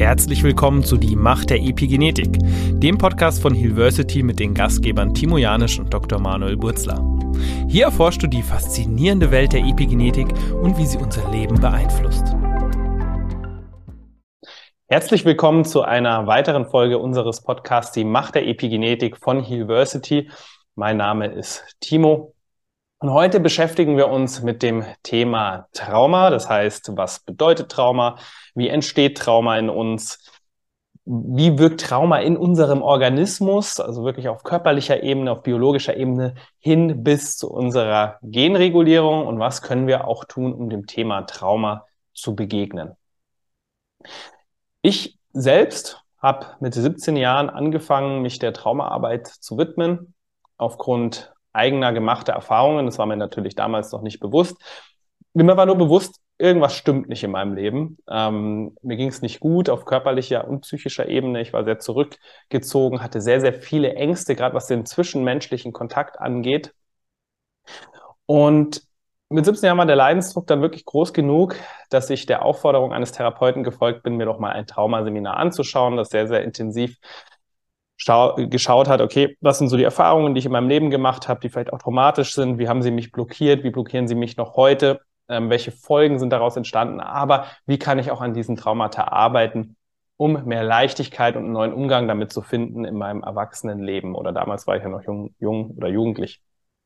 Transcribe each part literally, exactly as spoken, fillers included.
Herzlich willkommen zu Die Macht der Epigenetik, dem Podcast von Healversity mit den Gastgebern Timo Janisch und Doktor Manuel Burzler. Hier erforschst du die faszinierende Welt der Epigenetik und wie sie unser Leben beeinflusst. Herzlich willkommen zu einer weiteren Folge unseres Podcasts Die Macht der Epigenetik von Healversity. Mein Name ist Timo. Und heute beschäftigen wir uns mit dem Thema Trauma. Das heißt, was bedeutet Trauma? Wie entsteht Trauma in uns? Wie wirkt Trauma in unserem Organismus? Also wirklich auf körperlicher Ebene, auf biologischer Ebene hin bis zu unserer Genregulierung. Und was können wir auch tun, um dem Thema Trauma zu begegnen? Ich selbst habe mit siebzehn Jahren angefangen, mich der Traumaarbeit zu widmen, aufgrund eigener gemachter Erfahrungen. Das war mir natürlich damals noch nicht bewusst. Mir war nur bewusst, irgendwas stimmt nicht in meinem Leben. Ähm, mir ging es nicht gut auf körperlicher und psychischer Ebene. Ich war sehr zurückgezogen, hatte sehr, sehr viele Ängste, gerade was den zwischenmenschlichen Kontakt angeht. Und mit siebzehn Jahren war der Leidensdruck dann wirklich groß genug, dass ich der Aufforderung eines Therapeuten gefolgt bin, mir doch mal ein Traumaseminar anzuschauen, das sehr, sehr intensiv Schau, geschaut hat, okay, was sind so die Erfahrungen, die ich in meinem Leben gemacht habe, die vielleicht auch traumatisch sind, wie haben sie mich blockiert, wie blockieren sie mich noch heute, ähm, welche Folgen sind daraus entstanden, aber wie kann ich auch an diesen Traumata arbeiten, um mehr Leichtigkeit und einen neuen Umgang damit zu finden in meinem Erwachsenenleben, oder damals war ich ja noch jung, jung oder jugendlich.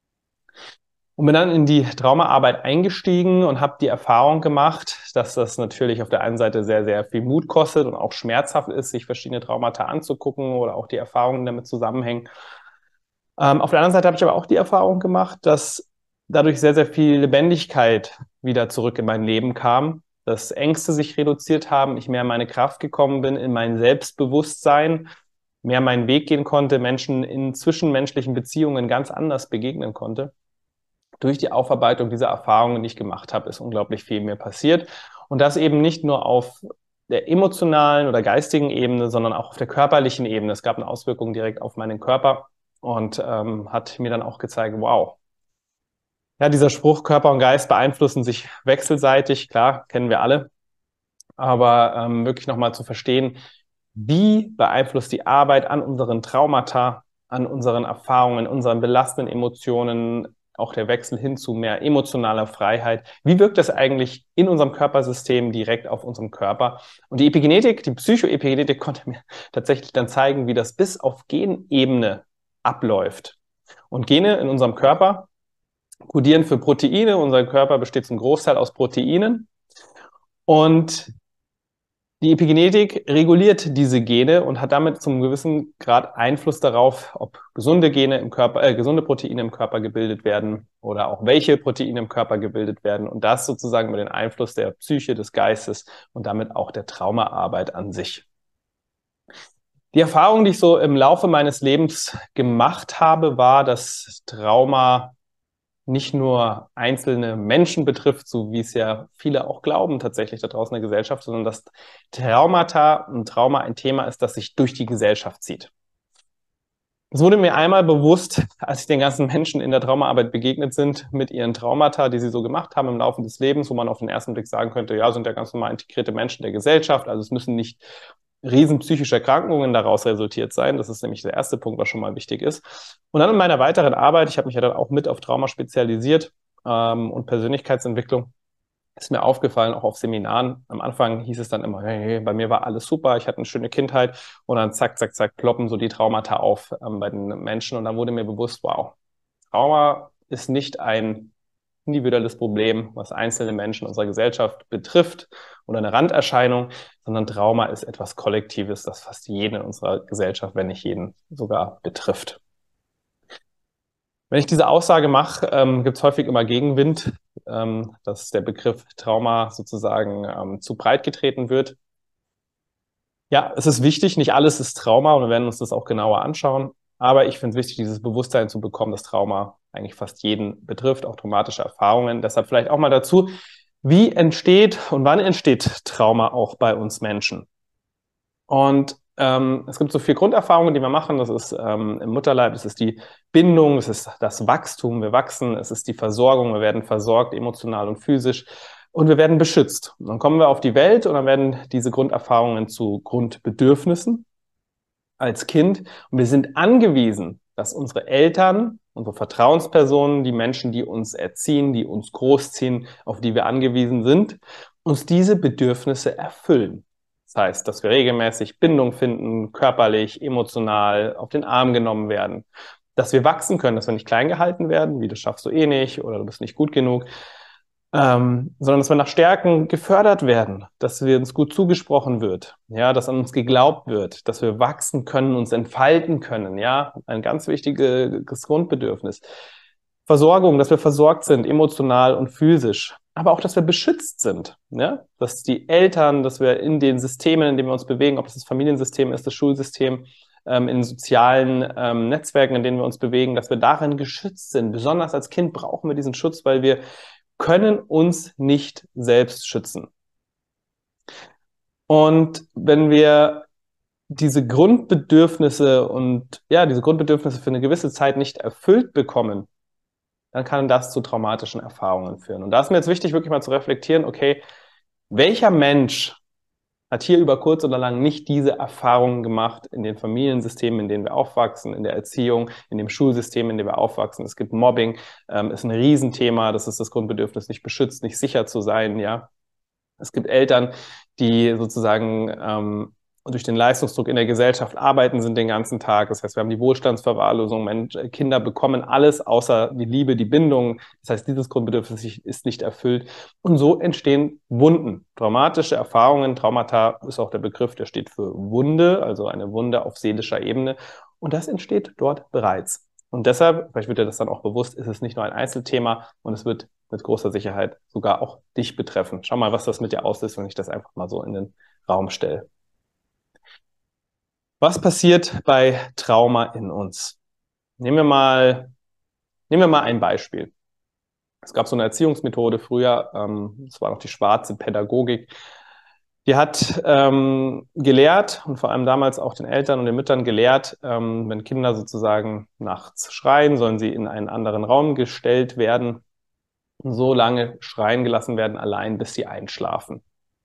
Und bin dann in die Traumaarbeit eingestiegen und habe die Erfahrung gemacht, dass das natürlich auf der einen Seite sehr, sehr viel Mut kostet und auch schmerzhaft ist, sich verschiedene Traumata anzugucken oder auch die Erfahrungen damit zusammenhängen. Ähm, auf der anderen Seite habe ich aber auch die Erfahrung gemacht, dass dadurch sehr, sehr viel Lebendigkeit wieder zurück in mein Leben kam, dass Ängste sich reduziert haben, ich mehr in meine Kraft gekommen bin, in mein Selbstbewusstsein, mehr meinen Weg gehen konnte, Menschen in zwischenmenschlichen Beziehungen ganz anders begegnen konnte. Durch die Aufarbeitung dieser Erfahrungen, die ich gemacht habe, ist unglaublich viel mir passiert. Und das eben nicht nur auf der emotionalen oder geistigen Ebene, sondern auch auf der körperlichen Ebene. Es gab eine Auswirkung direkt auf meinen Körper und ähm, hat mir dann auch gezeigt, wow. Ja, dieser Spruch, Körper und Geist beeinflussen sich wechselseitig, klar, kennen wir alle. Aber ähm, wirklich nochmal zu verstehen, wie beeinflusst die Arbeit an unseren Traumata, an unseren Erfahrungen, unseren belastenden Emotionen, auch der Wechsel hin zu mehr emotionaler Freiheit. Wie wirkt das eigentlich in unserem Körpersystem direkt auf unserem Körper? Und die Epigenetik, die Psychoepigenetik konnte mir tatsächlich dann zeigen, wie das bis auf Genebene abläuft. Und Gene in unserem Körper kodieren für Proteine. Unser Körper besteht zum Großteil aus Proteinen. Und die Epigenetik reguliert diese Gene und hat damit zum gewissen Grad Einfluss darauf, ob gesunde Gene im Körper, äh, gesunde Proteine im Körper gebildet werden oder auch welche Proteine im Körper gebildet werden. Und das sozusagen über den Einfluss der Psyche, des Geistes und damit auch der Traumaarbeit an sich. Die Erfahrung, die ich so im Laufe meines Lebens gemacht habe, war, dass Trauma nicht nur einzelne Menschen betrifft, so wie es ja viele auch glauben tatsächlich da draußen in der Gesellschaft, sondern dass Traumata und Trauma ein Thema ist, das sich durch die Gesellschaft zieht. Es wurde mir einmal bewusst, als ich den ganzen Menschen in der Traumaarbeit begegnet sind, mit ihren Traumata, die sie so gemacht haben im Laufe des Lebens, wo man auf den ersten Blick sagen könnte, ja, sind ja ganz normal integrierte Menschen der Gesellschaft, also es müssen nicht riesen psychische Erkrankungen daraus resultiert sein. Das ist nämlich der erste Punkt, was schon mal wichtig ist. Und dann in meiner weiteren Arbeit, ich habe mich ja dann auch mit auf Trauma spezialisiert ähm, und Persönlichkeitsentwicklung, ist mir aufgefallen, auch auf Seminaren. Am Anfang hieß es dann immer, hey, bei mir war alles super, ich hatte eine schöne Kindheit und dann zack, zack, zack, ploppen so die Traumata auf ähm, bei den Menschen und dann wurde mir bewusst, wow, Trauma ist nicht ein individuelles Problem, was einzelne Menschen unserer Gesellschaft betrifft oder eine Randerscheinung, sondern Trauma ist etwas Kollektives, das fast jeden in unserer Gesellschaft, wenn nicht jeden, sogar betrifft. Wenn ich diese Aussage mache, ähm, gibt es häufig immer Gegenwind, ähm, dass der Begriff Trauma sozusagen ähm, zu breit getreten wird. Ja, es ist wichtig, nicht alles ist Trauma und wir werden uns das auch genauer anschauen. Aber ich finde es wichtig, dieses Bewusstsein zu bekommen, dass Trauma eigentlich fast jeden betrifft, auch traumatische Erfahrungen. Deshalb vielleicht auch mal dazu, wie entsteht und wann entsteht Trauma auch bei uns Menschen? Und ähm, es gibt so vier Grunderfahrungen, die wir machen. Das ist ähm, im Mutterleib, es ist die Bindung, es ist das Wachstum, wir wachsen, es ist die Versorgung, wir werden versorgt, emotional und physisch. Und wir werden beschützt. Und dann kommen wir auf die Welt und dann werden diese Grunderfahrungen zu Grundbedürfnissen als Kind. Und wir sind angewiesen, dass unsere Eltern, unsere Vertrauenspersonen, die Menschen, die uns erziehen, die uns großziehen, auf die wir angewiesen sind, uns diese Bedürfnisse erfüllen. Das heißt, dass wir regelmäßig Bindung finden, körperlich, emotional, auf den Arm genommen werden, dass wir wachsen können, dass wir nicht klein gehalten werden, wie das schaffst du eh nicht oder du bist nicht gut genug, ähm, sondern dass wir nach Stärken gefördert werden, dass wir uns gut zugesprochen wird, ja, dass an uns geglaubt wird, dass wir wachsen können, uns entfalten können, ja, ein ganz wichtiges Grundbedürfnis. Versorgung, dass wir versorgt sind, emotional und physisch, aber auch, dass wir beschützt sind, ja, dass die Eltern, dass wir in den Systemen, in denen wir uns bewegen, ob es das Familiensystem ist, das Schulsystem, ähm, in sozialen ähm, Netzwerken, in denen wir uns bewegen, dass wir darin geschützt sind. Besonders als Kind brauchen wir diesen Schutz, weil wir können uns nicht selbst schützen. Und wenn wir diese Grundbedürfnisse und ja, diese Grundbedürfnisse für eine gewisse Zeit nicht erfüllt bekommen, dann kann das zu traumatischen Erfahrungen führen. Und da ist mir jetzt wichtig, wirklich mal zu reflektieren, okay, welcher Mensch hat hier über kurz oder lang nicht diese Erfahrungen gemacht in den Familiensystemen, in denen wir aufwachsen, in der Erziehung, in dem Schulsystem, in dem wir aufwachsen. Es gibt Mobbing, ähm, ist ein Riesenthema, das ist das Grundbedürfnis, nicht beschützt, nicht sicher zu sein, ja. Es gibt Eltern, die sozusagen ähm, durch den Leistungsdruck in der Gesellschaft arbeiten sind den ganzen Tag. Das heißt, wir haben die Wohlstandsverwahrlosung, Mensch, Kinder bekommen alles außer die Liebe, die Bindung. Das heißt, dieses Grundbedürfnis ist nicht erfüllt. Und so entstehen Wunden, traumatische Erfahrungen. Traumata ist auch der Begriff, der steht für Wunde, also eine Wunde auf seelischer Ebene. Und das entsteht dort bereits. Und deshalb, vielleicht wird dir das dann auch bewusst, ist es nicht nur ein Einzelthema und es wird mit großer Sicherheit sogar auch dich betreffen. Schau mal, was das mit dir auslöst, wenn ich das einfach mal so in den Raum stelle. Was passiert bei Trauma in uns? Nehmen wir mal, nehmen wir mal ein Beispiel. Es gab so eine Erziehungsmethode früher, ähm, das war noch die schwarze Pädagogik. Die hat ähm, gelehrt und vor allem damals auch den Eltern und den Müttern gelehrt, ähm, wenn Kinder sozusagen nachts schreien, sollen sie in einen anderen Raum gestellt werden und so lange schreien gelassen werden, allein bis sie einschlafen.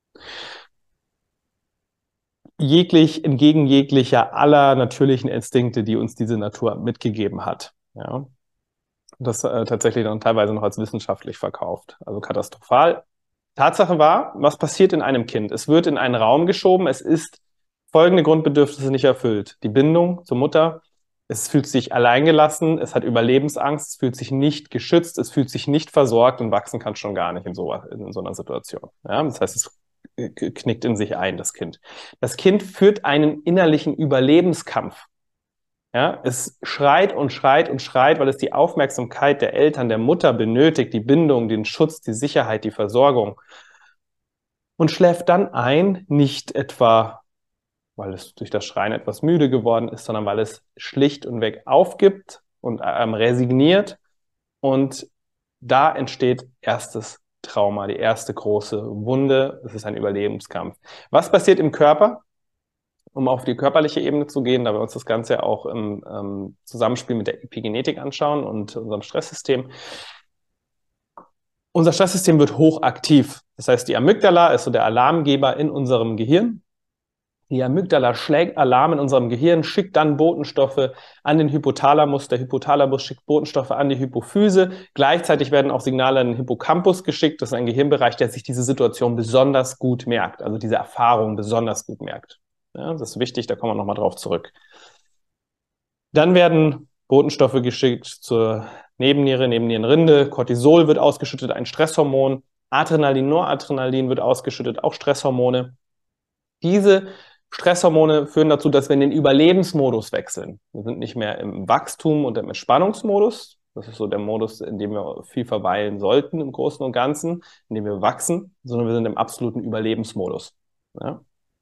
Jeglich, entgegen jeglicher aller natürlichen Instinkte, die uns diese Natur mitgegeben hat. Ja. Das äh, tatsächlich dann teilweise noch als wissenschaftlich verkauft. Also katastrophal. Tatsache war, was passiert in einem Kind? Es wird in einen Raum geschoben, es ist folgende Grundbedürfnisse nicht erfüllt. Die Bindung zur Mutter, es fühlt sich alleingelassen, es hat Überlebensangst, es fühlt sich nicht geschützt, es fühlt sich nicht versorgt und wachsen kann schon gar nicht in so, in so einer Situation. Ja, das heißt, es knickt in sich ein, das Kind. Das Kind führt einen innerlichen Überlebenskampf. Ja, es schreit und schreit und schreit, weil es die Aufmerksamkeit der Eltern, der Mutter benötigt, die Bindung, den Schutz, die Sicherheit, die Versorgung. Und schläft dann ein, nicht etwa, weil es durch das Schreien etwas müde geworden ist, sondern weil es schlicht und weg aufgibt und ähm, resigniert. Und da entsteht erstes Trauma, die erste große Wunde. Es ist ein Überlebenskampf. Was passiert im Körper? Um auf die körperliche Ebene zu gehen, da wir uns das Ganze auch im ähm, Zusammenspiel mit der Epigenetik anschauen und unserem Stresssystem. Unser Stresssystem wird hochaktiv. Das heißt, die Amygdala ist so der Alarmgeber in unserem Gehirn. Die Amygdala schlägt Alarm in unserem Gehirn, schickt dann Botenstoffe an den Hypothalamus. Der Hypothalamus schickt Botenstoffe an die Hypophyse. Gleichzeitig werden auch Signale an den Hippocampus geschickt. Das ist ein Gehirnbereich, der sich diese Situation besonders gut merkt, also diese Erfahrung besonders gut merkt. Ja, das ist wichtig, da kommen wir nochmal drauf zurück. Dann werden Botenstoffe geschickt zur Nebenniere, Nebennierenrinde. Cortisol wird ausgeschüttet, ein Stresshormon. Adrenalin, Noradrenalin wird ausgeschüttet, auch Stresshormone. Diese Stresshormone führen dazu, dass wir in den Überlebensmodus wechseln. Wir sind nicht mehr im Wachstum und im Entspannungsmodus. Das ist so der Modus, in dem wir viel verweilen sollten im Großen und Ganzen, in dem wir wachsen, sondern wir sind im absoluten Überlebensmodus. Ja.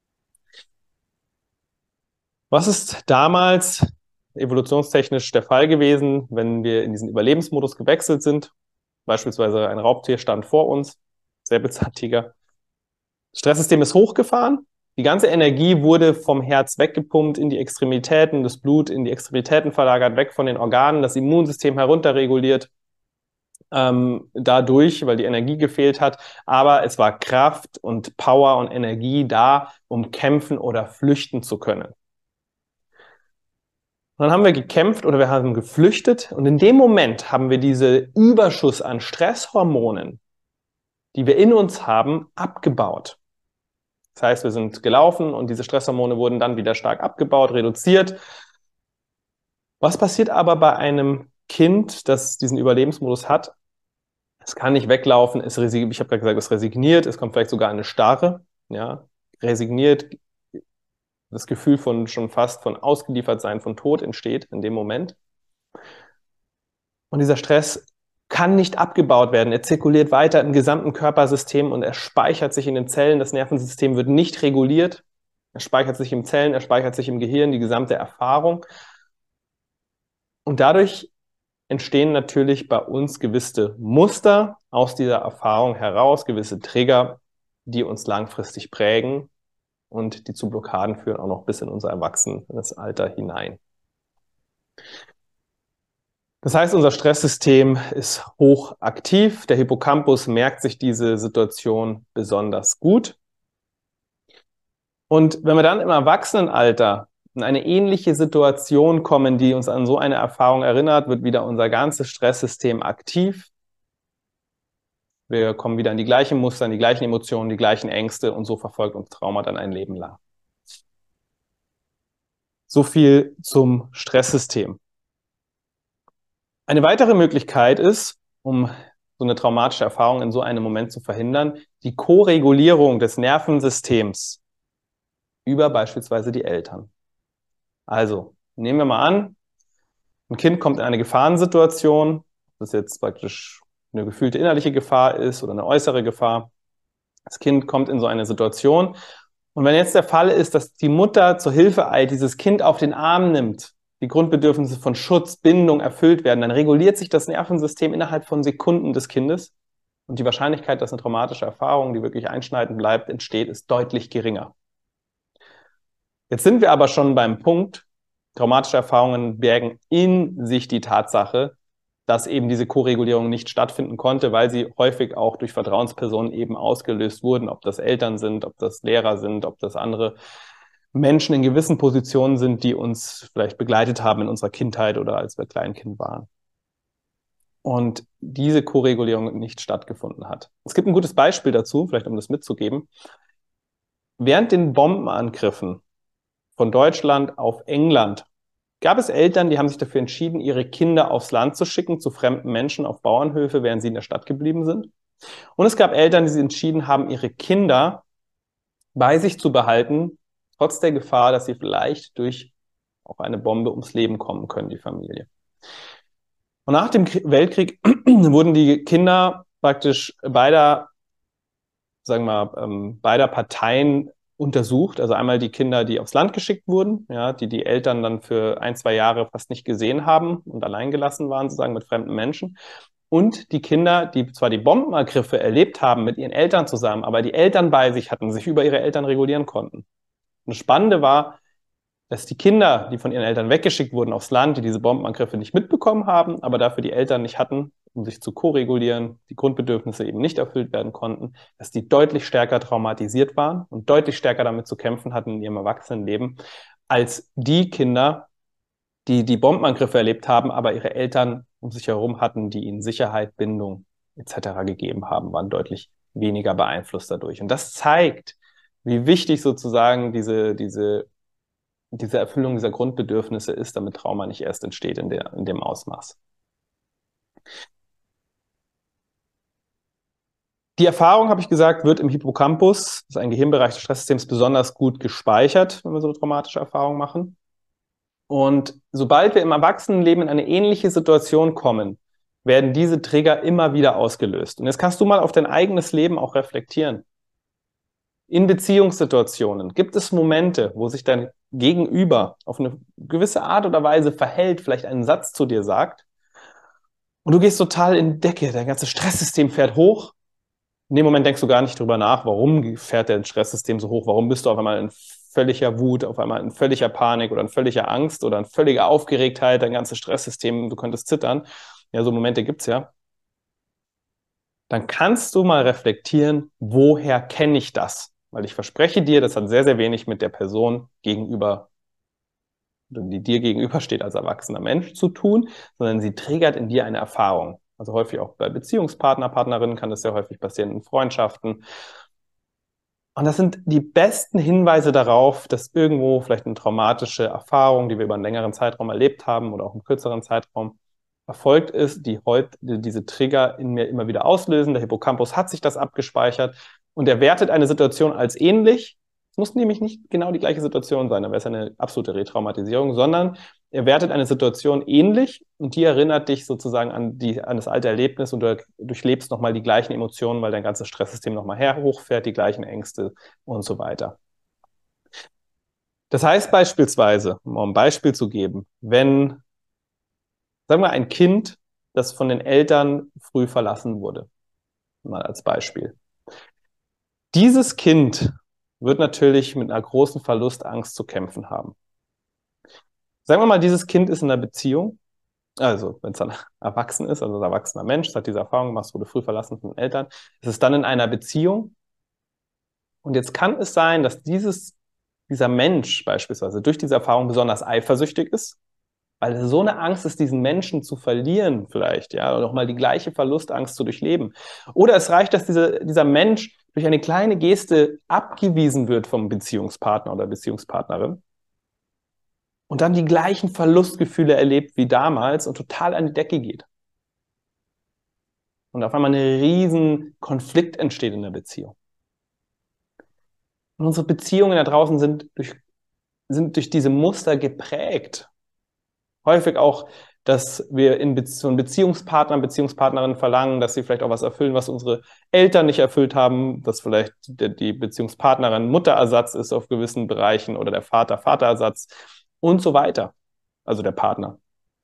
Was ist damals evolutionstechnisch der Fall gewesen, wenn wir in diesen Überlebensmodus gewechselt sind? Beispielsweise ein Raubtier stand vor uns, Säbelzahntiger. Das Stresssystem ist hochgefahren. Die ganze Energie wurde vom Herz weggepumpt in die Extremitäten, das Blut in die Extremitäten verlagert, weg von den Organen, das Immunsystem herunterreguliert. ähm, dadurch, weil die Energie gefehlt hat. Aber es war Kraft und Power und Energie da, um kämpfen oder flüchten zu können. Und dann haben wir gekämpft oder wir haben geflüchtet und in dem Moment haben wir diese Überschuss an Stresshormonen, die wir in uns haben, abgebaut. Das heißt, wir sind gelaufen und diese Stresshormone wurden dann wieder stark abgebaut, reduziert. Was passiert aber bei einem Kind, das diesen Überlebensmodus hat? Es kann nicht weglaufen, es resigniert, ich habe gerade gesagt, es resigniert, es kommt vielleicht sogar eine Starre, ja, resigniert, das Gefühl von schon fast von Ausgeliefertsein, von Tod entsteht in dem Moment. Und dieser Stress kann nicht abgebaut werden. Er zirkuliert weiter im gesamten Körpersystem und er speichert sich in den Zellen. Das Nervensystem wird nicht reguliert. Er speichert sich in Zellen, er speichert sich im Gehirn, die gesamte Erfahrung. Und dadurch entstehen natürlich bei uns gewisse Muster aus dieser Erfahrung heraus, gewisse Trigger, die uns langfristig prägen und die zu Blockaden führen, auch noch bis in unser Erwachsenenalter hinein. Das heißt, unser Stresssystem ist hochaktiv. Der Hippocampus merkt sich diese Situation besonders gut. Und wenn wir dann im Erwachsenenalter in eine ähnliche Situation kommen, die uns an so eine Erfahrung erinnert, wird wieder unser ganzes Stresssystem aktiv. Wir kommen wieder in die gleichen Muster, in die gleichen Emotionen, die gleichen Ängste und so verfolgt uns Trauma dann ein Leben lang. So viel zum Stresssystem. Eine weitere Möglichkeit ist, um so eine traumatische Erfahrung in so einem Moment zu verhindern, die Koregulierung des Nervensystems über beispielsweise die Eltern. Also, nehmen wir mal an, ein Kind kommt in eine Gefahrensituation, ob das jetzt praktisch eine gefühlte innerliche Gefahr ist oder eine äußere Gefahr. Das Kind kommt in so eine Situation und wenn jetzt der Fall ist, dass die Mutter zur Hilfe eilt, dieses Kind auf den Arm nimmt, die Grundbedürfnisse von Schutz, Bindung erfüllt werden, dann reguliert sich das Nervensystem innerhalb von Sekunden des Kindes und die Wahrscheinlichkeit, dass eine traumatische Erfahrung, die wirklich einschneidend bleibt, entsteht, ist deutlich geringer. Jetzt sind wir aber schon beim Punkt, traumatische Erfahrungen bergen in sich die Tatsache, dass eben diese Koregulierung nicht stattfinden konnte, weil sie häufig auch durch Vertrauenspersonen eben ausgelöst wurden, ob das Eltern sind, ob das Lehrer sind, ob das andere Menschen in gewissen Positionen sind, die uns vielleicht begleitet haben in unserer Kindheit oder als wir Kleinkind waren. Und diese Koregulierung nicht stattgefunden hat. Es gibt ein gutes Beispiel dazu, vielleicht um das mitzugeben. Während den Bombenangriffen von Deutschland auf England gab es Eltern, die haben sich dafür entschieden, ihre Kinder aufs Land zu schicken, zu fremden Menschen auf Bauernhöfe, während sie in der Stadt geblieben sind. Und es gab Eltern, die sich entschieden haben, ihre Kinder bei sich zu behalten, trotz der Gefahr, dass sie vielleicht durch auch eine Bombe ums Leben kommen können, die Familie. Und nach dem Weltkrieg wurden die Kinder praktisch beider, sagen wir mal, beider Parteien untersucht. Also einmal die Kinder, die aufs Land geschickt wurden, ja, die die Eltern dann für ein, zwei Jahre fast nicht gesehen haben und allein gelassen waren, sozusagen mit fremden Menschen. Und die Kinder, die zwar die Bombenangriffe erlebt haben mit ihren Eltern zusammen, aber die Eltern bei sich hatten, sich über ihre Eltern regulieren konnten. Und das Spannende war, dass die Kinder, die von ihren Eltern weggeschickt wurden aufs Land, die diese Bombenangriffe nicht mitbekommen haben, aber dafür die Eltern nicht hatten, um sich zu koregulieren, die Grundbedürfnisse eben nicht erfüllt werden konnten, dass die deutlich stärker traumatisiert waren und deutlich stärker damit zu kämpfen hatten in ihrem Erwachsenenleben, als die Kinder, die die Bombenangriffe erlebt haben, aber ihre Eltern um sich herum hatten, die ihnen Sicherheit, Bindung et cetera gegeben haben, waren deutlich weniger beeinflusst dadurch. Und das zeigt, wie wichtig sozusagen diese, diese, diese Erfüllung dieser Grundbedürfnisse ist, damit Trauma nicht erst entsteht in, der, in dem Ausmaß. Die Erfahrung, habe ich gesagt, wird im Hippocampus, das ist ein Gehirnbereich des Stresssystems, besonders gut gespeichert, wenn wir so eine traumatische Erfahrung machen. Und sobald wir im Erwachsenenleben in eine ähnliche Situation kommen, werden diese Trigger immer wieder ausgelöst. Und jetzt kannst du mal auf dein eigenes Leben auch reflektieren. In Beziehungssituationen gibt es Momente, wo sich dein Gegenüber auf eine gewisse Art oder Weise verhält, vielleicht einen Satz zu dir sagt, und du gehst total in Decke, dein ganzes Stresssystem fährt hoch. In dem Moment denkst du gar nicht drüber nach, warum fährt dein Stresssystem so hoch, warum bist du auf einmal in völliger Wut, auf einmal in völliger Panik oder in völliger Angst oder in völliger Aufgeregtheit, dein ganzes Stresssystem, du könntest zittern. Ja, so Momente gibt's ja. dann kannst du mal reflektieren, woher kenne ich das? Weil ich verspreche dir, das hat sehr, sehr wenig mit der Person gegenüber, die dir gegenübersteht als erwachsener Mensch zu tun, sondern sie triggert in dir eine Erfahrung. Also häufig auch bei Beziehungspartner, Partnerinnen kann das sehr häufig passieren, in Freundschaften. Und das sind die besten Hinweise darauf, dass irgendwo vielleicht eine traumatische Erfahrung, die wir über einen längeren Zeitraum erlebt haben oder auch einen kürzeren Zeitraum, erfolgt ist, die heute diese Trigger in mir immer wieder auslösen. Der Hippocampus hat sich das abgespeichert und er wertet eine Situation als ähnlich. Es muss nämlich nicht genau die gleiche Situation sein, dann wäre es eine absolute Retraumatisierung, sondern er wertet eine Situation ähnlich und die erinnert dich sozusagen an, die, an das alte Erlebnis und du durchlebst nochmal die gleichen Emotionen, weil dein ganzes Stresssystem nochmal her hochfährt, die gleichen Ängste und so weiter. Das heißt beispielsweise, um ein Beispiel zu geben, wenn, sagen wir, ein Kind, das von den Eltern früh verlassen wurde, mal als Beispiel. Dieses Kind wird natürlich mit einer großen Verlustangst zu kämpfen haben. Sagen wir mal, dieses Kind ist in einer Beziehung, also wenn es dann erwachsen ist, also ein erwachsener Mensch, es hat diese Erfahrung gemacht, es wurde früh verlassen von den Eltern, es ist dann in einer Beziehung und jetzt kann es sein, dass dieses, dieser Mensch beispielsweise durch diese Erfahrung besonders eifersüchtig ist, weil es so eine Angst ist, diesen Menschen zu verlieren vielleicht, ja, oder auch mal die gleiche Verlustangst zu durchleben. Oder es reicht, dass diese, dieser Mensch durch eine kleine Geste abgewiesen wird vom Beziehungspartner oder Beziehungspartnerin und dann die gleichen Verlustgefühle erlebt wie damals und total an die Decke geht. Und auf einmal ein riesen Konflikt entsteht in der Beziehung. Und unsere Beziehungen da draußen sind durch, sind durch diese Muster geprägt. Häufig auch, dass wir in Be von Beziehungspartnern, Beziehungspartnerinnen verlangen, dass sie vielleicht auch was erfüllen, was unsere Eltern nicht erfüllt haben, dass vielleicht der, die Beziehungspartnerin Mutterersatz ist auf gewissen Bereichen oder der Vater Vaterersatz und so weiter. Also der Partner.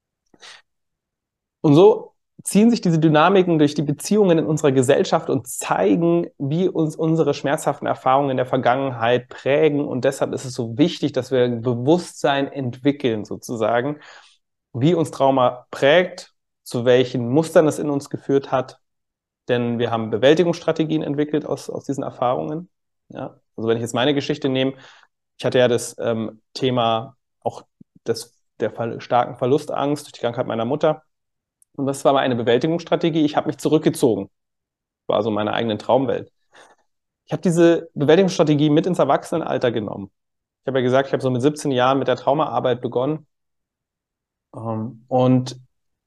Und so ziehen sich diese Dynamiken durch die Beziehungen in unserer Gesellschaft und zeigen, wie uns unsere schmerzhaften Erfahrungen in der Vergangenheit prägen. Und deshalb ist es so wichtig, dass wir ein Bewusstsein entwickeln, sozusagen, wie uns Trauma prägt, zu welchen Mustern es in uns geführt hat. Denn wir haben Bewältigungsstrategien entwickelt aus, aus diesen Erfahrungen. Ja? Also wenn ich jetzt meine Geschichte nehme, ich hatte ja das ähm, Thema auch des, der starken Verlustangst durch die Krankheit meiner Mutter. Und das war meine Bewältigungsstrategie. Ich habe mich zurückgezogen. War so meine eigene Traumwelt. Ich habe diese Bewältigungsstrategie mit ins Erwachsenenalter genommen. Ich habe ja gesagt, ich habe so mit siebzehn Jahren mit der Traumaarbeit begonnen. Und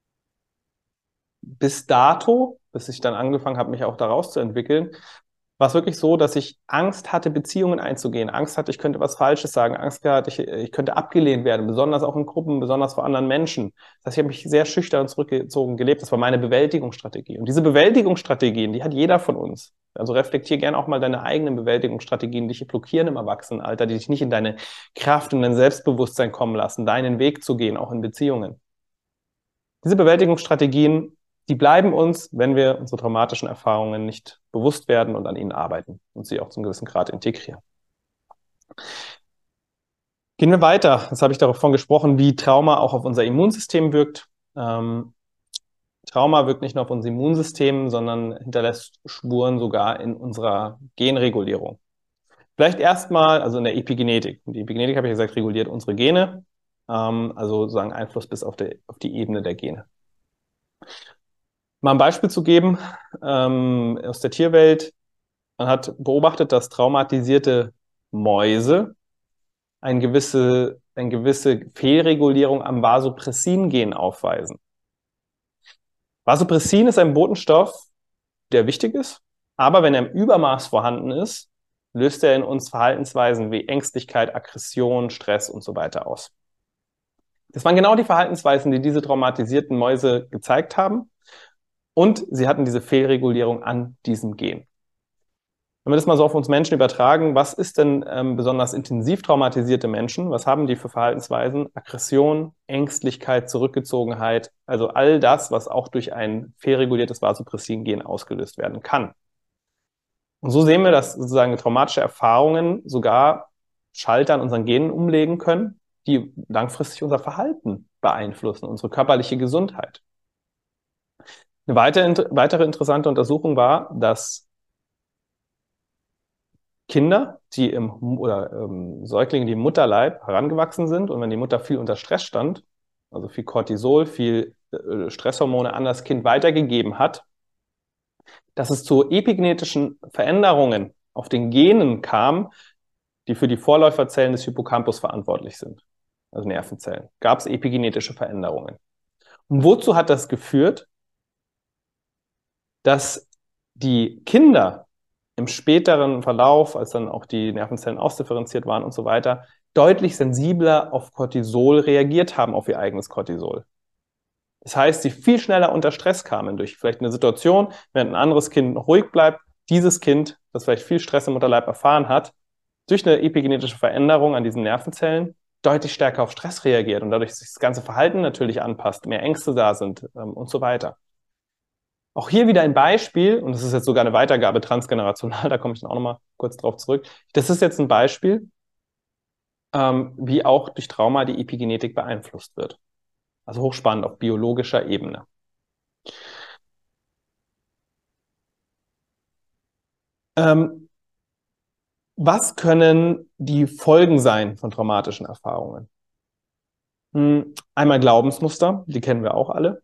bis dato, bis ich dann angefangen habe, mich auch daraus zu entwickeln, war es wirklich so, dass ich Angst hatte, Beziehungen einzugehen. Angst hatte, ich könnte was Falsches sagen. Angst hatte, ich, ich könnte abgelehnt werden, besonders auch in Gruppen, besonders vor anderen Menschen. Das heißt, ich habe mich sehr schüchtern und zurückgezogen gelebt. Das war meine Bewältigungsstrategie. Und diese Bewältigungsstrategien, die hat jeder von uns. Also reflektier gerne auch mal deine eigenen Bewältigungsstrategien, die dich blockieren im Erwachsenenalter, die dich nicht in deine Kraft und dein Selbstbewusstsein kommen lassen, deinen Weg zu gehen, auch in Beziehungen. Diese Bewältigungsstrategien, die bleiben uns, wenn wir unsere traumatischen Erfahrungen nicht bewusst werden und an ihnen arbeiten und sie auch zum gewissen Grad integrieren. Gehen wir weiter. Jetzt habe ich davon gesprochen, wie Trauma auch auf unser Immunsystem wirkt. Ähm, Trauma wirkt nicht nur auf unser Immunsystem, sondern hinterlässt Spuren sogar in unserer Genregulierung. Vielleicht erstmal, also in der Epigenetik. Die Epigenetik, habe ich gesagt, reguliert unsere Gene, ähm, also sozusagen Einfluss bis auf, der, auf die Ebene der Gene. Mal ein Beispiel zu geben ähm, aus der Tierwelt. Man hat beobachtet, dass traumatisierte Mäuse eine gewisse, eine gewisse Fehlregulierung am Vasopressin-Gen aufweisen. Vasopressin ist ein Botenstoff, der wichtig ist, aber wenn er im Übermaß vorhanden ist, löst er in uns Verhaltensweisen wie Ängstlichkeit, Aggression, Stress und so weiter aus. Das waren genau die Verhaltensweisen, die diese traumatisierten Mäuse gezeigt haben. Und sie hatten diese Fehlregulierung an diesem Gen. Wenn wir das mal so auf uns Menschen übertragen, was ist denn ähm, besonders intensiv traumatisierte Menschen? Was haben die für Verhaltensweisen? Aggression, Ängstlichkeit, Zurückgezogenheit, also all das, was auch durch ein fehlreguliertes Vasopressin-Gen ausgelöst werden kann. Und so sehen wir, dass sozusagen traumatische Erfahrungen sogar Schalter an unseren Genen umlegen können, die langfristig unser Verhalten beeinflussen, unsere körperliche Gesundheit. Eine weitere, weitere interessante Untersuchung war, dass Kinder, die im oder ähm, Säuglinge, die im Mutterleib herangewachsen sind und wenn die Mutter viel unter Stress stand, also viel Cortisol, viel äh, Stresshormone an das Kind weitergegeben hat, dass es zu epigenetischen Veränderungen auf den Genen kam, die für die Vorläuferzellen des Hippocampus verantwortlich sind, also Nervenzellen. Gab es epigenetische Veränderungen. Und wozu hat das geführt? Dass die Kinder im späteren Verlauf, als dann auch die Nervenzellen ausdifferenziert waren und so weiter, deutlich sensibler auf Cortisol reagiert haben, auf ihr eigenes Cortisol. Das heißt, sie viel schneller unter Stress kamen durch vielleicht eine Situation, während ein anderes Kind noch ruhig bleibt, dieses Kind, das vielleicht viel Stress im Mutterleib erfahren hat, durch eine epigenetische Veränderung an diesen Nervenzellen deutlich stärker auf Stress reagiert und dadurch sich das ganze Verhalten natürlich anpasst, mehr Ängste da sind ähm, und so weiter. Auch hier wieder ein Beispiel, und das ist jetzt sogar eine Weitergabe transgenerational, da komme ich dann auch nochmal kurz drauf zurück. Das ist jetzt ein Beispiel, ähm, wie auch durch Trauma die Epigenetik beeinflusst wird. Also hochspannend auf biologischer Ebene. Ähm, was können die Folgen sein von traumatischen Erfahrungen? Hm, einmal Glaubensmuster, die kennen wir auch alle.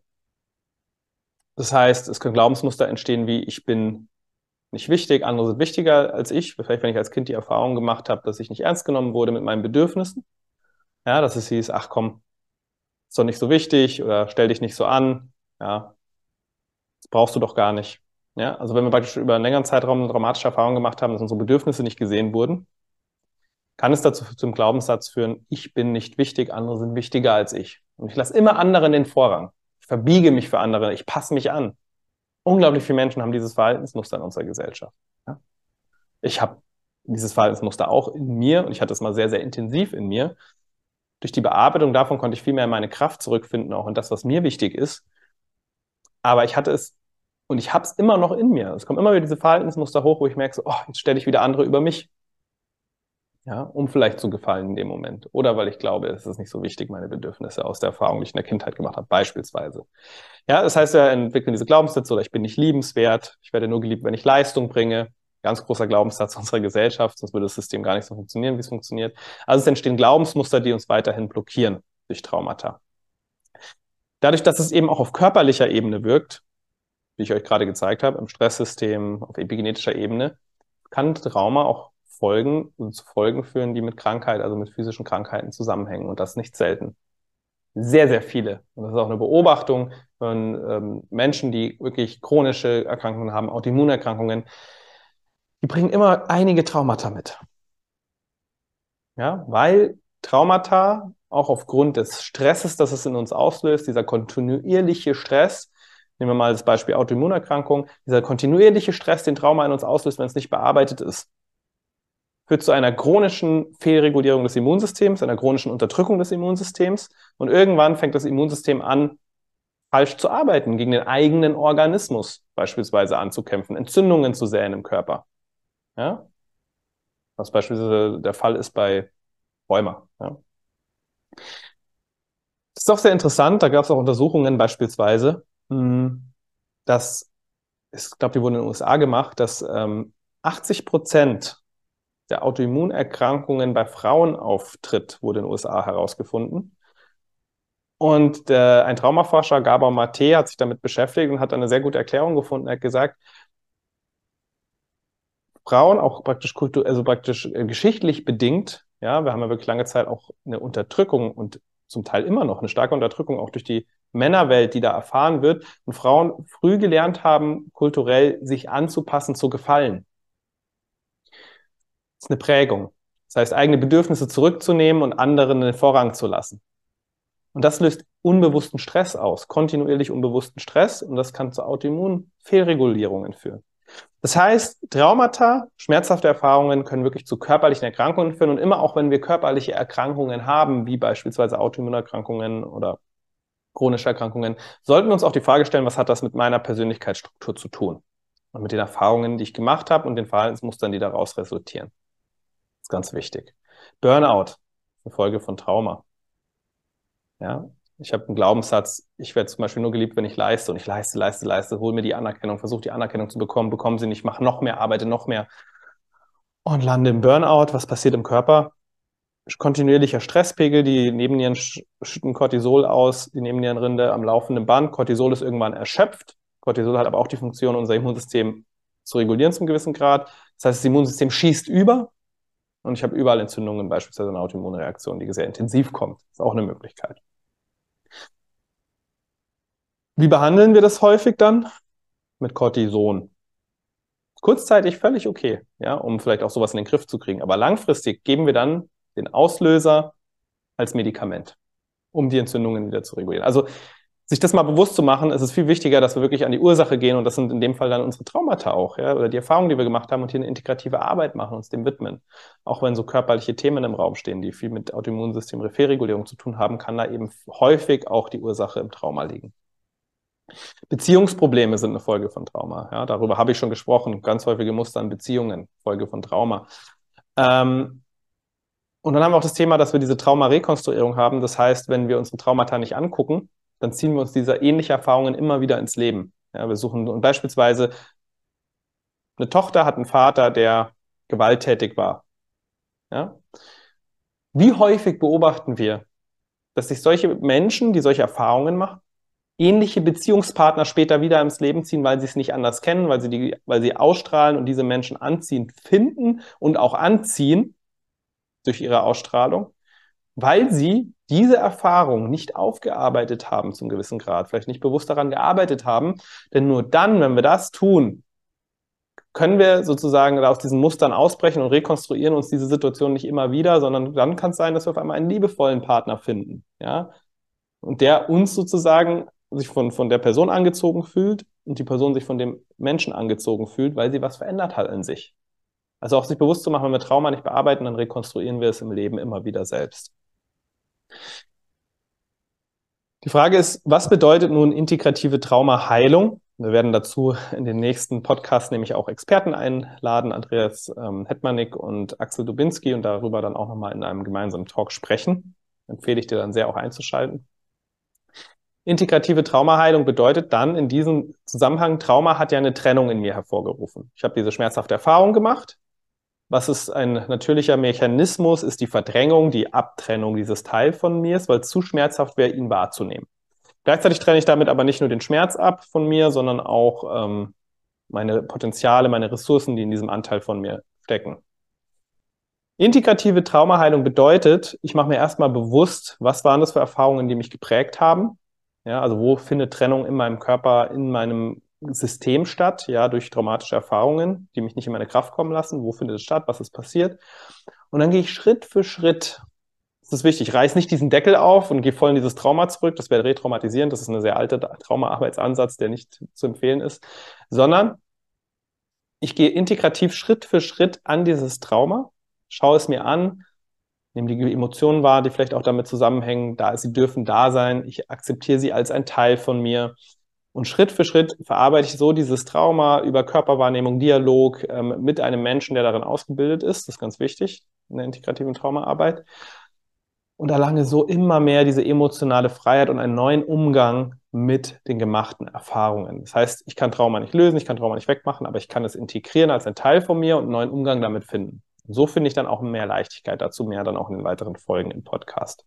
Das heißt, es können Glaubensmuster entstehen wie ich bin nicht wichtig, andere sind wichtiger als ich. Vielleicht, wenn ich als Kind die Erfahrung gemacht habe, dass ich nicht ernst genommen wurde mit meinen Bedürfnissen. Ja, dass es hieß, ach komm, ist doch nicht so wichtig oder stell dich nicht so an. Ja, das brauchst du doch gar nicht. Ja, also wenn wir praktisch über einen längeren Zeitraum eine traumatische Erfahrung gemacht haben, dass unsere Bedürfnisse nicht gesehen wurden, kann es dazu zum Glaubenssatz führen, ich bin nicht wichtig, andere sind wichtiger als ich. Und ich lasse immer anderen den Vorrang. Ich verbiege mich für andere, ich passe mich an. Unglaublich viele Menschen haben dieses Verhaltensmuster in unserer Gesellschaft. Ja? Ich habe dieses Verhaltensmuster auch in mir und ich hatte es mal sehr, sehr intensiv in mir. Durch die Bearbeitung davon konnte ich viel mehr in meine Kraft zurückfinden, auch in das, was mir wichtig ist. Aber ich hatte es und ich habe es immer noch in mir. Es kommen immer wieder diese Verhaltensmuster hoch, wo ich merke, so, oh, jetzt stelle ich wieder andere über mich. Ja, um vielleicht zu gefallen in dem Moment. Oder weil ich glaube, es ist nicht so wichtig, meine Bedürfnisse aus der Erfahrung, die ich in der Kindheit gemacht habe, beispielsweise. Ja, das heißt, wir entwickeln diese Glaubenssätze, oder ich bin nicht liebenswert, ich werde nur geliebt, wenn ich Leistung bringe. Ganz großer Glaubenssatz unserer Gesellschaft, sonst würde das System gar nicht so funktionieren, wie es funktioniert. Also es entstehen Glaubensmuster, die uns weiterhin blockieren durch Traumata. Dadurch, dass es eben auch auf körperlicher Ebene wirkt, wie ich euch gerade gezeigt habe, im Stresssystem, auf epigenetischer Ebene, kann Trauma auch Folgen, also zu Folgen führen, die mit Krankheit, also mit physischen Krankheiten zusammenhängen und das nicht selten. Sehr, sehr viele. Und das ist auch eine Beobachtung von ähm, Menschen, die wirklich chronische Erkrankungen haben, Autoimmunerkrankungen. Die bringen immer einige Traumata mit. Ja, weil Traumata auch aufgrund des Stresses, das es in uns auslöst, dieser kontinuierliche Stress, nehmen wir mal das Beispiel Autoimmunerkrankung, dieser kontinuierliche Stress, den Trauma in uns auslöst, wenn es nicht bearbeitet ist, führt zu einer chronischen Fehlregulierung des Immunsystems, einer chronischen Unterdrückung des Immunsystems und irgendwann fängt das Immunsystem an, falsch zu arbeiten, gegen den eigenen Organismus beispielsweise anzukämpfen, Entzündungen zu säen im Körper. Ja? Was beispielsweise der Fall ist bei Rheuma. Ja? Das ist doch sehr interessant, da gab es auch Untersuchungen beispielsweise, dass, ich glaube, die wurden in den U S A gemacht, dass ähm, achtzig Prozent der Autoimmunerkrankungen bei Frauen auftritt, wurde in den U S A herausgefunden. Und der, ein Traumaforscher, Gabor Mate, hat sich damit beschäftigt und hat eine sehr gute Erklärung gefunden. Er hat gesagt, Frauen auch praktisch kultur, also praktisch äh, geschichtlich bedingt, ja, wir haben ja wirklich lange Zeit auch eine Unterdrückung und zum Teil immer noch eine starke Unterdrückung auch durch die Männerwelt, die da erfahren wird und Frauen früh gelernt haben, kulturell sich anzupassen zu Gefallen. Das ist eine Prägung. Das heißt, eigene Bedürfnisse zurückzunehmen und anderen den Vorrang zu lassen. Und das löst unbewussten Stress aus, kontinuierlich unbewussten Stress und das kann zu Autoimmunfehlregulierungen führen. Das heißt, Traumata, schmerzhafte Erfahrungen können wirklich zu körperlichen Erkrankungen führen und immer auch, wenn wir körperliche Erkrankungen haben, wie beispielsweise Autoimmunerkrankungen oder chronische Erkrankungen, sollten wir uns auch die Frage stellen, was hat das mit meiner Persönlichkeitsstruktur zu tun? Und mit den Erfahrungen, die ich gemacht habe und den Verhaltensmustern, die daraus resultieren. Das ist ganz wichtig. Burnout, eine Folge von Trauma. Ja, Ich habe einen Glaubenssatz, ich werde zum Beispiel nur geliebt, wenn ich leiste und ich leiste, leiste, leiste, hole mir die Anerkennung, versuche die Anerkennung zu bekommen, bekomme sie nicht, mache noch mehr, arbeite noch mehr und lande im Burnout. Was passiert im Körper? Kontinuierlicher Stresspegel, die Nebennieren schütten Cortisol aus, die Nebennierenrinde am laufenden Band. Cortisol ist irgendwann erschöpft. Cortisol hat aber auch die Funktion, unser Immunsystem zu regulieren zum gewissen Grad. Das heißt, das Immunsystem schießt über und ich habe überall Entzündungen, beispielsweise eine Autoimmunreaktion, die sehr intensiv kommt. Das ist auch eine Möglichkeit. Wie behandeln wir das häufig dann? Mit Cortison. Kurzzeitig völlig okay, ja, um vielleicht auch sowas in den Griff zu kriegen. Aber langfristig geben wir dann den Auslöser als Medikament, um die Entzündungen wieder zu regulieren. Also sich das mal bewusst zu machen, ist es viel wichtiger, dass wir wirklich an die Ursache gehen und das sind in dem Fall dann unsere Traumata auch, ja, oder die Erfahrungen, die wir gemacht haben und hier eine integrative Arbeit machen, uns dem widmen. Auch wenn so körperliche Themen im Raum stehen, die viel mit Autoimmunsystem, Reflexregulierung zu tun haben, kann da eben häufig auch die Ursache im Trauma liegen. Beziehungsprobleme sind eine Folge von Trauma. Ja, darüber habe ich schon gesprochen. Ganz häufige Muster an Beziehungen, Folge von Trauma. Ähm, und dann haben wir auch das Thema, dass wir diese Traumarekonstruierung haben. Das heißt, wenn wir unsere Traumata nicht angucken, dann ziehen wir uns diese ähnlichen Erfahrungen immer wieder ins Leben. Ja, wir suchen und beispielsweise eine Tochter hat einen Vater, der gewalttätig war. Ja? Wie häufig beobachten wir, dass sich solche Menschen, die solche Erfahrungen machen, ähnliche Beziehungspartner später wieder ins Leben ziehen, weil sie es nicht anders kennen, weil sie, die, weil sie ausstrahlen und diese Menschen anziehend finden und auch anziehen durch ihre Ausstrahlung, weil sie diese Erfahrung nicht aufgearbeitet haben zum gewissen Grad, vielleicht nicht bewusst daran gearbeitet haben. Denn nur dann, wenn wir das tun, können wir sozusagen aus diesen Mustern ausbrechen und rekonstruieren uns diese Situation nicht immer wieder, sondern dann kann es sein, dass wir auf einmal einen liebevollen Partner finden, ja, und der uns sozusagen sich von, von der Person angezogen fühlt und die Person sich von dem Menschen angezogen fühlt, weil sie was verändert hat in sich. Also auch sich bewusst zu machen, wenn wir Trauma nicht bearbeiten, dann rekonstruieren wir es im Leben immer wieder selbst. Die Frage ist, was bedeutet nun integrative Traumaheilung? Wir werden dazu in den nächsten Podcasts nämlich auch Experten einladen, Andreas ähm, Hetmanik und Axel Dubinski, und darüber dann auch nochmal in einem gemeinsamen Talk sprechen. Empfehle ich dir dann sehr auch einzuschalten. Integrative Traumaheilung bedeutet dann in diesem Zusammenhang, Trauma hat ja eine Trennung in mir hervorgerufen. Ich habe diese schmerzhafte Erfahrung gemacht. Was ist ein natürlicher Mechanismus, ist die Verdrängung, die Abtrennung dieses Teil von mir, weil es zu schmerzhaft wäre, ihn wahrzunehmen. Gleichzeitig trenne ich damit aber nicht nur den Schmerz ab von mir, sondern auch ähm, meine Potenziale, meine Ressourcen, die in diesem Anteil von mir stecken. Integrative Traumaheilung bedeutet, ich mache mir erstmal bewusst, was waren das für Erfahrungen, die mich geprägt haben. Ja, also wo findet Trennung in meinem Körper, in meinem System statt, ja, durch traumatische Erfahrungen, die mich nicht in meine Kraft kommen lassen. Wo findet es statt? Was ist passiert? Und dann gehe ich Schritt für Schritt. Das ist wichtig. Reiß nicht diesen Deckel auf und gehe voll in dieses Trauma zurück. Das wäre retraumatisierend. Das ist ein sehr alter Traumaarbeitsansatz, der nicht zu empfehlen ist. Sondern ich gehe integrativ Schritt für Schritt an dieses Trauma, schaue es mir an, nehme die Emotionen wahr, die vielleicht auch damit zusammenhängen. Da, sie dürfen da sein. Ich akzeptiere sie als ein Teil von mir. Und Schritt für Schritt verarbeite ich so dieses Trauma über Körperwahrnehmung, Dialog ähm, mit einem Menschen, der darin ausgebildet ist. Das ist ganz wichtig in der integrativen Traumaarbeit. Und erlange so immer mehr diese emotionale Freiheit und einen neuen Umgang mit den gemachten Erfahrungen. Das heißt, ich kann Trauma nicht lösen, ich kann Trauma nicht wegmachen, aber ich kann es integrieren als ein Teil von mir und einen neuen Umgang damit finden. Und so finde ich dann auch mehr Leichtigkeit, dazu mehr dann auch in den weiteren Folgen im Podcast.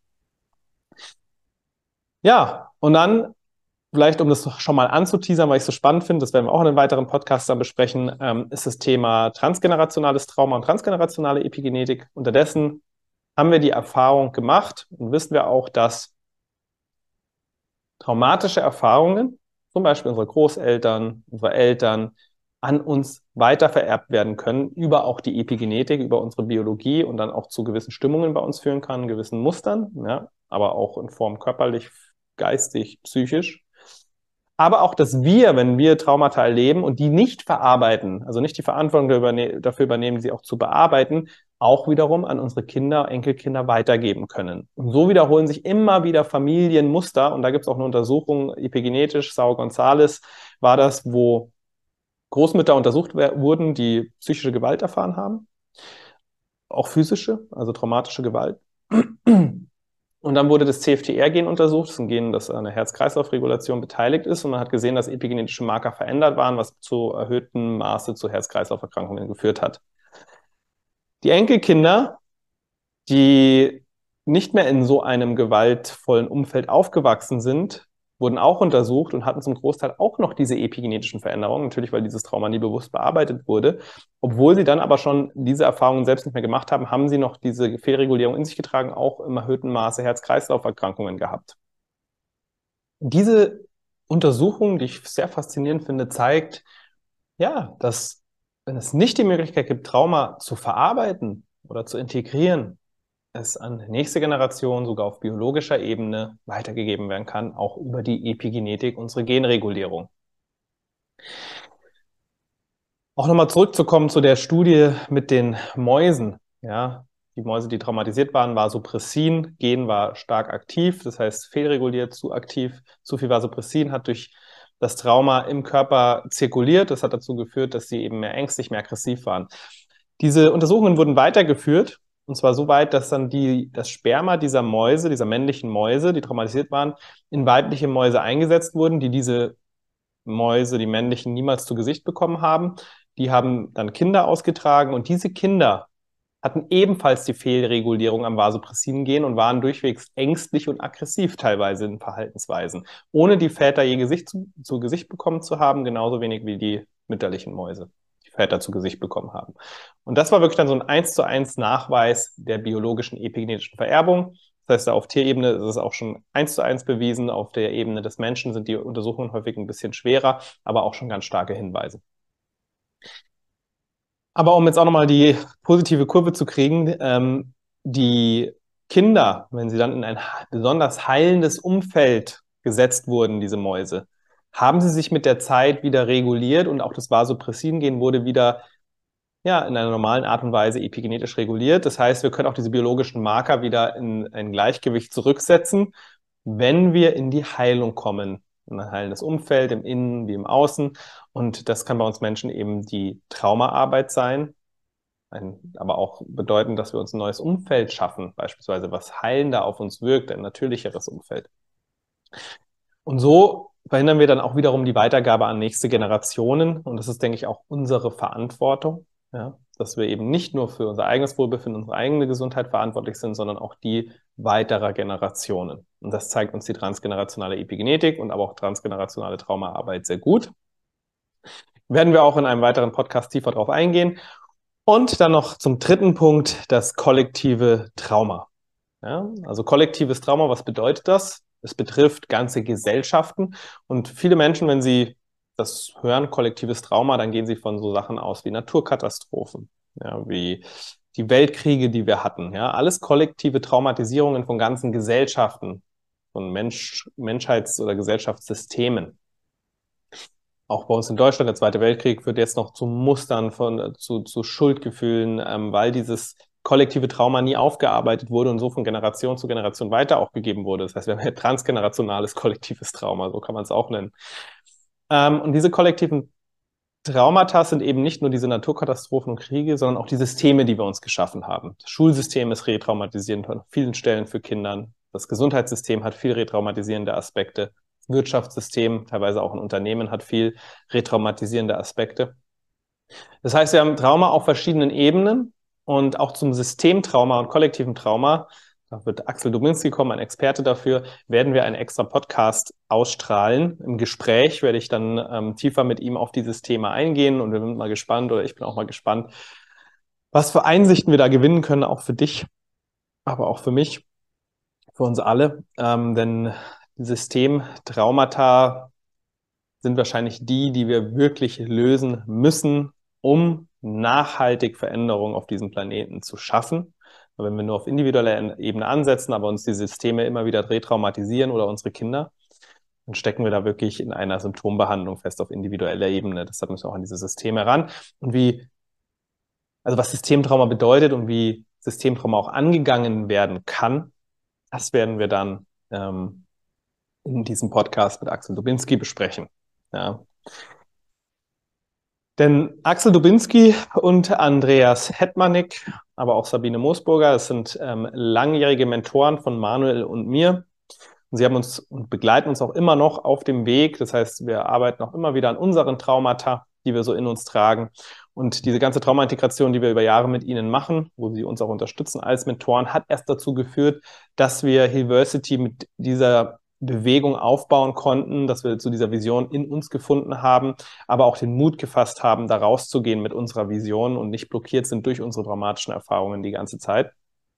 Ja, und dann vielleicht, um das schon mal anzuteasern, weil ich es so spannend finde, das werden wir auch in den weiteren Podcasts dann besprechen, ähm, ist das Thema transgenerationales Trauma und transgenerationale Epigenetik. Unterdessen haben wir die Erfahrung gemacht und wissen wir auch, dass traumatische Erfahrungen, zum Beispiel unsere Großeltern, unsere Eltern, an uns weiter vererbt werden können, über auch die Epigenetik, über unsere Biologie und dann auch zu gewissen Stimmungen bei uns führen kann, gewissen Mustern, ja, aber auch in Form körperlich, geistig, psychisch. Aber auch, dass wir, wenn wir Traumata erleben und die nicht verarbeiten, also nicht die Verantwortung dafür übernehmen, sie auch zu bearbeiten, auch wiederum an unsere Kinder, Enkelkinder weitergeben können. Und so wiederholen sich immer wieder Familienmuster. Und da gibt es auch eine Untersuchung, epigenetisch, Sao González war das, wo Großmütter untersucht wurden, die psychische Gewalt erfahren haben, auch physische, also traumatische Gewalt. Und dann wurde das C F T R-Gen untersucht. Das ist ein Gen, das an der Herz-Kreislauf-Regulation beteiligt ist. Und man hat gesehen, dass epigenetische Marker verändert waren, was zu erhöhtem Maße zu Herz-Kreislauf-Erkrankungen geführt hat. Die Enkelkinder, die nicht mehr in so einem gewaltvollen Umfeld aufgewachsen sind, wurden auch untersucht und hatten zum Großteil auch noch diese epigenetischen Veränderungen, natürlich, weil dieses Trauma nie bewusst bearbeitet wurde. Obwohl sie dann aber schon diese Erfahrungen selbst nicht mehr gemacht haben, haben sie noch diese Fehlregulierung in sich getragen, auch im erhöhten Maße Herz-Kreislauf-Erkrankungen gehabt. Diese Untersuchung, die ich sehr faszinierend finde, zeigt, ja, dass, wenn es nicht die Möglichkeit gibt, Trauma zu verarbeiten oder zu integrieren, es an nächste Generation sogar auf biologischer Ebene weitergegeben werden kann, auch über die Epigenetik, unsere Genregulierung. Auch nochmal zurückzukommen zu der Studie mit den Mäusen. Ja, die Mäuse, die traumatisiert waren, Vasopressin, Gen war stark aktiv, das heißt fehlreguliert, zu aktiv. Zu viel Vasopressin hat durch das Trauma im Körper zirkuliert. Das hat dazu geführt, dass sie eben mehr ängstlich, mehr aggressiv waren. Diese Untersuchungen wurden weitergeführt. Und zwar so weit, dass dann die, das Sperma dieser Mäuse, dieser männlichen Mäuse, die traumatisiert waren, in weibliche Mäuse eingesetzt wurden, die diese Mäuse, die männlichen, niemals zu Gesicht bekommen haben. Die haben dann Kinder ausgetragen und diese Kinder hatten ebenfalls die Fehlregulierung am Vasopressin-Gen und waren durchwegs ängstlich und aggressiv teilweise in Verhaltensweisen, ohne die Väter je Gesicht zu, zu Gesicht bekommen zu haben, genauso wenig wie die mütterlichen Mäuse. Väter zu Gesicht bekommen haben. Und das war wirklich dann so ein eins zu eins Nachweis der biologischen epigenetischen Vererbung. Das heißt, auf Tierebene ist es auch schon eins zu eins bewiesen. Auf der Ebene des Menschen sind die Untersuchungen häufig ein bisschen schwerer, aber auch schon ganz starke Hinweise. Aber um jetzt auch nochmal die positive Kurve zu kriegen, ähm, die Kinder, wenn sie dann in ein besonders heilendes Umfeld gesetzt wurden, diese Mäuse, haben sie sich mit der Zeit wieder reguliert und auch das Vasopressin-Gen wurde wieder ja, in einer normalen Art und Weise epigenetisch reguliert. Das heißt, wir können auch diese biologischen Marker wieder in ein Gleichgewicht zurücksetzen, wenn wir in die Heilung kommen. In ein heilendes Umfeld, im Innen wie im Außen. Und das kann bei uns Menschen eben die Traumaarbeit sein, ein, aber auch bedeuten, dass wir uns ein neues Umfeld schaffen, beispielsweise was heilender auf uns wirkt, ein natürlicheres Umfeld. Und so verhindern wir dann auch wiederum die Weitergabe an nächste Generationen. Und das ist, denke ich, auch unsere Verantwortung, ja, dass wir eben nicht nur für unser eigenes Wohlbefinden, unsere eigene Gesundheit verantwortlich sind, sondern auch die weiterer Generationen. Und das zeigt uns die transgenerationale Epigenetik und aber auch transgenerationale Traumaarbeit sehr gut. Werden wir auch in einem weiteren Podcast tiefer drauf eingehen. Und dann noch zum dritten Punkt, das kollektive Trauma. Ja, also kollektives Trauma, was bedeutet das? Es betrifft ganze Gesellschaften und viele Menschen, wenn sie das hören, kollektives Trauma, dann gehen sie von so Sachen aus wie Naturkatastrophen, ja, wie die Weltkriege, die wir hatten. Ja, alles kollektive Traumatisierungen von ganzen Gesellschaften, von Mensch, Menschheits- oder Gesellschaftssystemen. Auch bei uns in Deutschland, der Zweite Weltkrieg führt jetzt noch zu Mustern von, zu, zu Schuldgefühlen, ähm, weil dieses kollektive Trauma nie aufgearbeitet wurde und so von Generation zu Generation weiter auch gegeben wurde. Das heißt, wir haben ein transgenerationales kollektives Trauma, so kann man es auch nennen. Ähm, und diese kollektiven Traumata sind eben nicht nur diese Naturkatastrophen und Kriege, sondern auch die Systeme, die wir uns geschaffen haben. Das Schulsystem ist retraumatisierend an vielen Stellen für Kinder. Das Gesundheitssystem hat viel retraumatisierende Aspekte. Das Wirtschaftssystem, teilweise auch ein Unternehmen, hat viel retraumatisierende Aspekte. Das heißt, wir haben Trauma auf verschiedenen Ebenen und auch zum Systemtrauma und kollektiven Trauma, da wird Axel Dubinski kommen, ein Experte dafür, werden wir einen extra Podcast ausstrahlen. Im Gespräch werde ich dann ähm, tiefer mit ihm auf dieses Thema eingehen und wir sind mal gespannt, oder ich bin auch mal gespannt, was für Einsichten wir da gewinnen können, auch für dich, aber auch für mich, für uns alle. Ähm, denn Systemtraumata sind wahrscheinlich die, die wir wirklich lösen müssen, um nachhaltig Veränderungen auf diesem Planeten zu schaffen. Wenn wir nur auf individueller Ebene ansetzen, aber uns die Systeme immer wieder retraumatisieren oder unsere Kinder, dann stecken wir da wirklich in einer Symptombehandlung fest auf individueller Ebene. Deshalb müssen wir auch an diese Systeme ran. Und wie, also was Systemtrauma bedeutet und wie Systemtrauma auch angegangen werden kann, das werden wir dann ähm, in diesem Podcast mit Axel Dubinski besprechen. Ja. Denn Axel Dubinski und Andreas Hetmanik, aber auch Sabine Moosburger, das sind ähm, langjährige Mentoren von Manuel und mir. Und sie haben uns und begleiten uns auch immer noch auf dem Weg. Das heißt, wir arbeiten auch immer wieder an unseren Traumata, die wir so in uns tragen. Und diese ganze Traumaintegration, die wir über Jahre mit ihnen machen, wo sie uns auch unterstützen als Mentoren, hat erst dazu geführt, dass wir Healversity mit dieser Bewegung aufbauen konnten, dass wir zu dieser Vision in uns gefunden haben, aber auch den Mut gefasst haben, da rauszugehen mit unserer Vision und nicht blockiert sind durch unsere traumatischen Erfahrungen die ganze Zeit.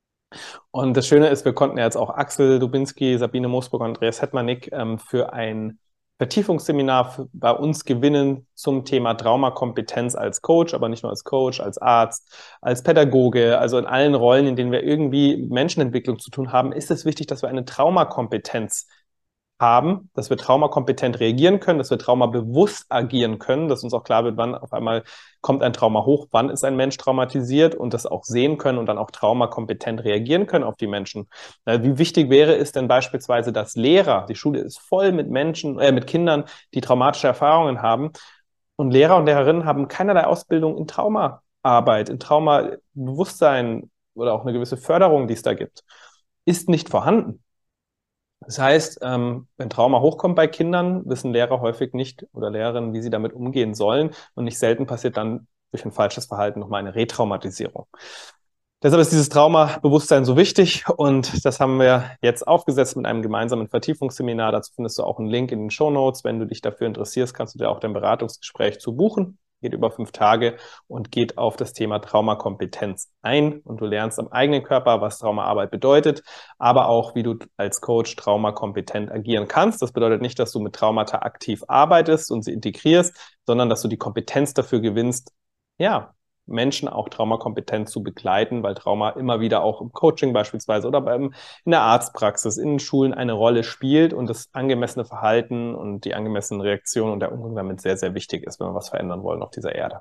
Und das Schöne ist, wir konnten ja jetzt auch Axel Dubinski, Sabine Moosburger und Andreas Hetmanik ähm, für ein Vertiefungsseminar für, bei uns gewinnen zum Thema Traumakompetenz als Coach, aber nicht nur als Coach, als Arzt, als Pädagoge, also in allen Rollen, in denen wir irgendwie mit Menschenentwicklung zu tun haben, ist es wichtig, dass wir eine Traumakompetenz haben, dass wir traumakompetent reagieren können, dass wir traumabewusst agieren können, dass uns auch klar wird, wann auf einmal kommt ein Trauma hoch, wann ist ein Mensch traumatisiert und das auch sehen können und dann auch traumakompetent reagieren können auf die Menschen. Wie wichtig wäre es denn beispielsweise, dass Lehrer, die Schule ist voll mit Menschen, äh, mit Kindern, die traumatische Erfahrungen haben und Lehrer und Lehrerinnen haben keinerlei Ausbildung in Traumaarbeit, in Traumabewusstsein oder auch eine gewisse Förderung, die es da gibt, ist nicht vorhanden. Das heißt, ähm, wenn Trauma hochkommt bei Kindern, wissen Lehrer häufig nicht oder Lehrerinnen, wie sie damit umgehen sollen. Und nicht selten passiert dann durch ein falsches Verhalten nochmal eine Retraumatisierung. Deshalb ist dieses Traumabewusstsein so wichtig und das haben wir jetzt aufgesetzt mit einem gemeinsamen Vertiefungsseminar. Dazu findest du auch einen Link in den Shownotes. Wenn du dich dafür interessierst, kannst du dir auch dein Beratungsgespräch zu buchen. Geht über fünf Tage und geht auf das Thema Traumakompetenz ein und du lernst am eigenen Körper, was Traumaarbeit bedeutet, aber auch, wie du als Coach traumakompetent agieren kannst. Das bedeutet nicht, dass du mit Traumata aktiv arbeitest und sie integrierst, sondern dass du die Kompetenz dafür gewinnst, ja, Menschen auch traumakompetent zu begleiten, weil Trauma immer wieder auch im Coaching beispielsweise oder beim, in der Arztpraxis, in den Schulen eine Rolle spielt und das angemessene Verhalten und die angemessenen Reaktionen und der Umgang damit sehr, sehr wichtig ist, wenn wir was verändern wollen auf dieser Erde.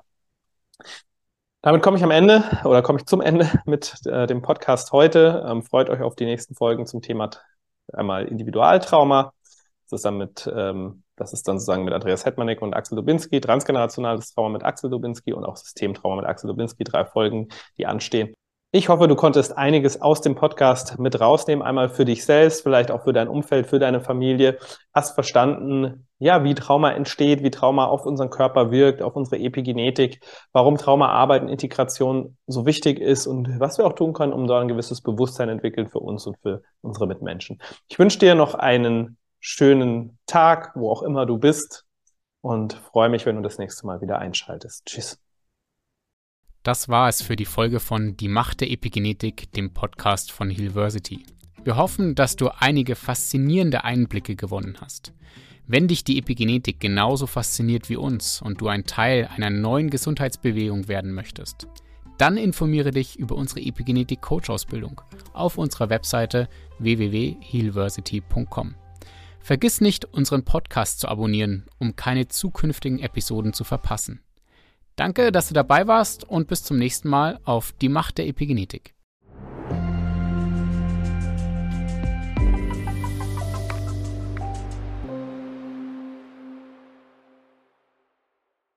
Damit komme ich am Ende oder komme ich zum Ende mit äh, dem Podcast heute. Ähm, freut euch auf die nächsten Folgen zum Thema einmal Individualtrauma. Das ist dann mit ähm, Das ist dann sozusagen mit Andreas Hetmanik und Axel Dubinski, transgenerationales Trauma mit Axel Dubinski und auch Systemtrauma mit Axel Dubinski, drei Folgen, die anstehen. Ich hoffe, du konntest einiges aus dem Podcast mit rausnehmen, einmal für dich selbst, vielleicht auch für dein Umfeld, für deine Familie. Hast verstanden, ja, wie Trauma entsteht, wie Trauma auf unseren Körper wirkt, auf unsere Epigenetik, warum Traumaarbeit und Integration so wichtig ist und was wir auch tun können, um da ein gewisses Bewusstsein entwickeln für uns und für unsere Mitmenschen. Ich wünsche dir noch einen schönen Tag, wo auch immer du bist und freue mich, wenn du das nächste Mal wieder einschaltest. Tschüss. Das war es für die Folge von Die Macht der Epigenetik, dem Podcast von Healversity. Wir hoffen, dass du einige faszinierende Einblicke gewonnen hast. Wenn dich die Epigenetik genauso fasziniert wie uns und du ein Teil einer neuen Gesundheitsbewegung werden möchtest, dann informiere dich über unsere Epigenetik-Coach-Ausbildung auf unserer Webseite w w w punkt healversity punkt com. Vergiss nicht, unseren Podcast zu abonnieren, um keine zukünftigen Episoden zu verpassen. Danke, dass du dabei warst und bis zum nächsten Mal auf Die Macht der Epigenetik.